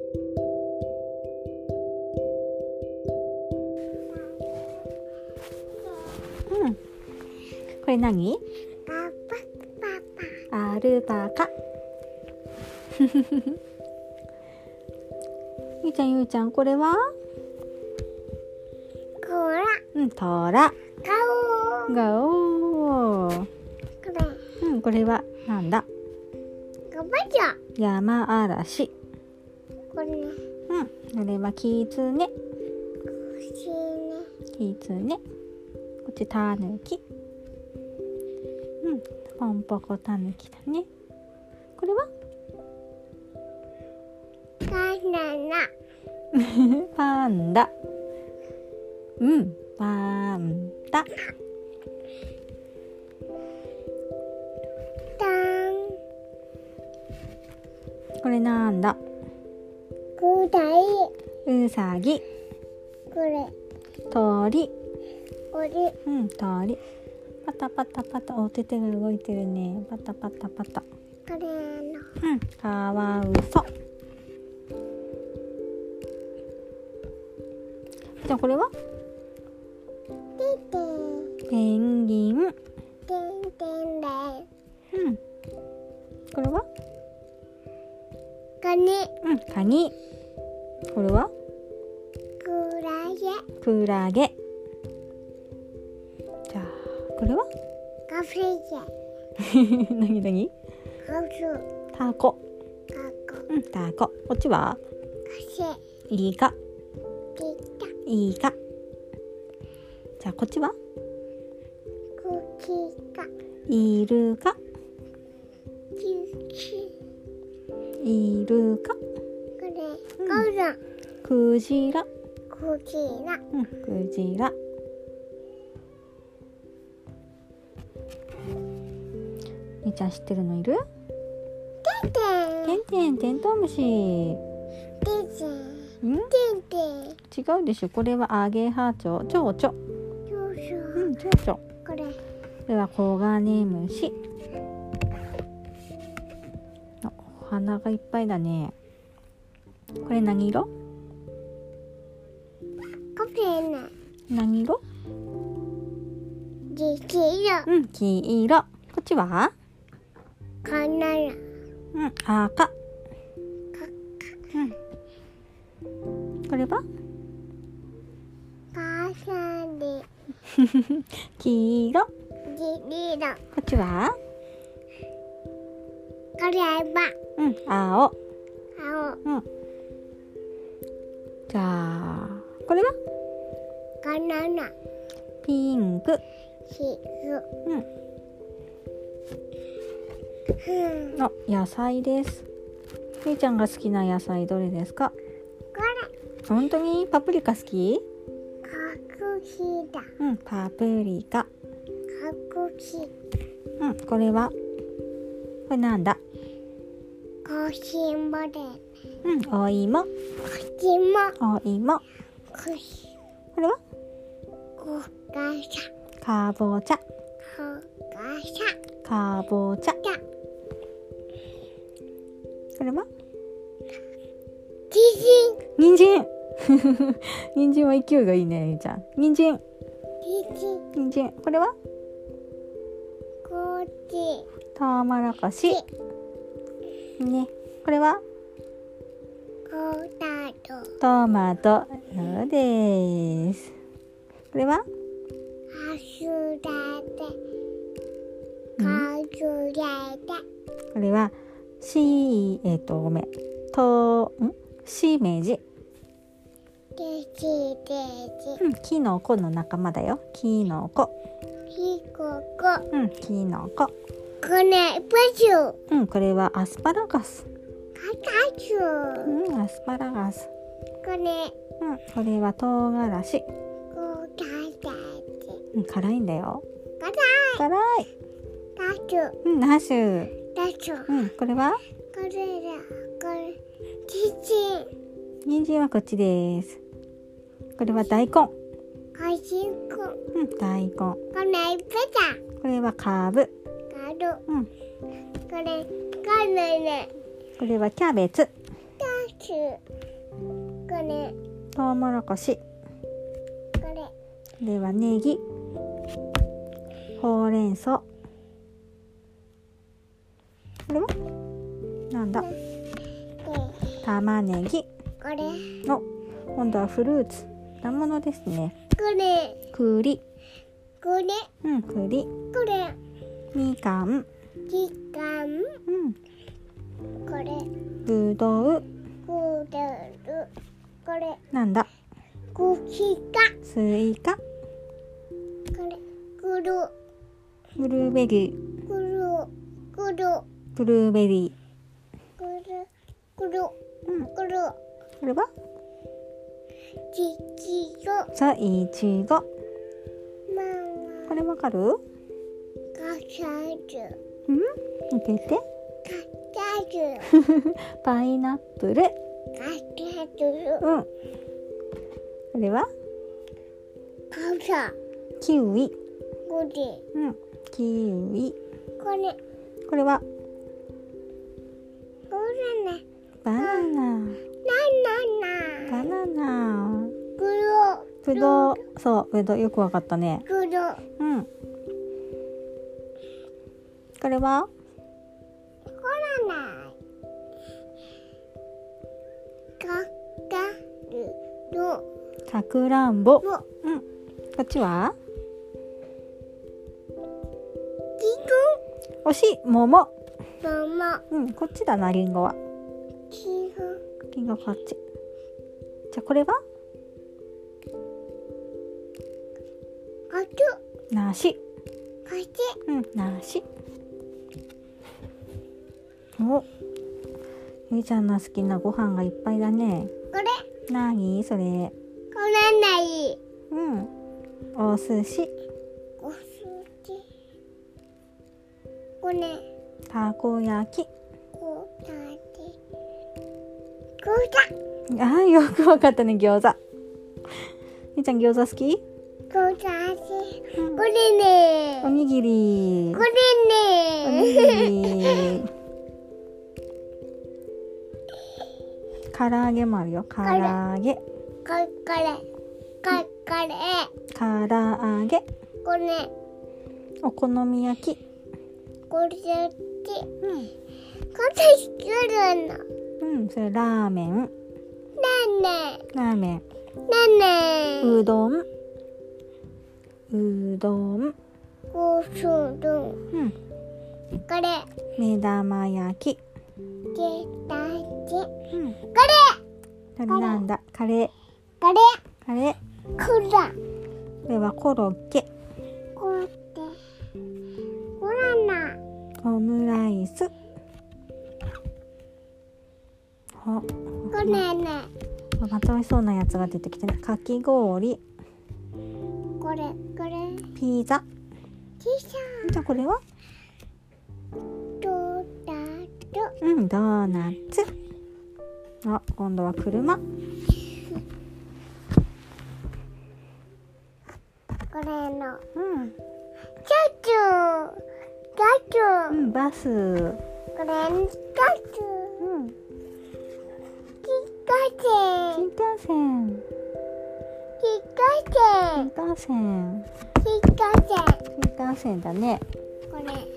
うん。これ何？アルパカ。ゆうちゃん、これは？トラ。ガオー。これはなんだ？山嵐。これはキツネ。こっちタヌキ。ポンポコタヌキだね。これは？パンダ。パンダ。これなんだ？うさぎ。鳥。鳥。パタパタパタ。お手が動いてるね。パタパタパタ。カワウソ。じゃあこれは？ペンギン。これは？カニ。これは？クラゲ。じゃあこれは？何？タコ。タコ。こっちは？イカ。じゃあこっちは？イルカ。クジラ。みーちゃん知ってるのいる？テントウムシ。違うでしょ。これはアゲハチョウ。チョウチョ。これはコガネムシ。お花がいっぱいだね。これ何色？何色？黄色。こっちは？赤。これは？黄色。こっちは？青。じゃあこれは？ピンク。野菜です。みーちゃんが好きな野菜どれですか？本当にパプリカ好き？パプリカ。これは？これなんだ？お芋。これは？かぼちゃ。これは？人参。人参は勢いがいいね、みーちゃん。人参。これは？トウモロコシ。ね。これは？トマト。そうです。これは？これはしめじ。キノコの仲間だよ。キノコ。これはアスパラガス。これは唐辛子。辛いんだよ。辛い。ナシュ。これは？人参はこっちです。これは大根。大根。これはカブ。これはキャベツ。 これトウモロコシ。 こではネギ、ほうれん草。これはなんだ？玉ねぎ。 れお、今度はフルーツ。果物ですね。 これ栗。 これ栗。 これみかん。 時間これぶどう。 これこれなんだ？ こきかスイカ。 これくるブルーベリー。 くるくるブルーベリくるくるー。 くるこれはちごさあ、いちご。 マこれわかる？ マかさず見てて。 かさずパイナップル。 かさずこれはかさキウイ。 これキウイ。 これこれはこれねバナナ。 なんバナナ。 くるぶどう。そう、ぶどうよくわかったね。 くるこれはこらないかかるのさくらんぼ。 もこっちはき惜しい。桃。 くままこっちだな、リンゴは。 きぐリンゴこっち。じゃあこれはかつ梨。 か梨。お、ゆいちゃんの好きなご飯がいっぱいだね。 これなにそれ？ こらないお寿司。 おすじこれたこ焼き。 こたてこたあー、よくわかったね。餃子。ゆいちゃん餃子好き？ こたてこれねおにぎり。 こおにれねぎり。唐揚げもあるよ。唐揚げ。 これ唐揚げ。 これお好み焼き。 これってこれ作るのそれラーメン。 ねラーメン。 ねうどん。うどん。 こうするこれ目玉焼き。 けたちこそれなんだ？カレー。 れカレー。 くらこれはコロッケ。 こうってこらなオムライス。 これねまた美味しそうなやつが出てきてね。かき氷。 これピザ。 ちさじゃあこれはとだとドーナツ。あ、今度は車。 これのちゃちバス。 これにちゃち新幹線。新幹線。新幹線だね。 これね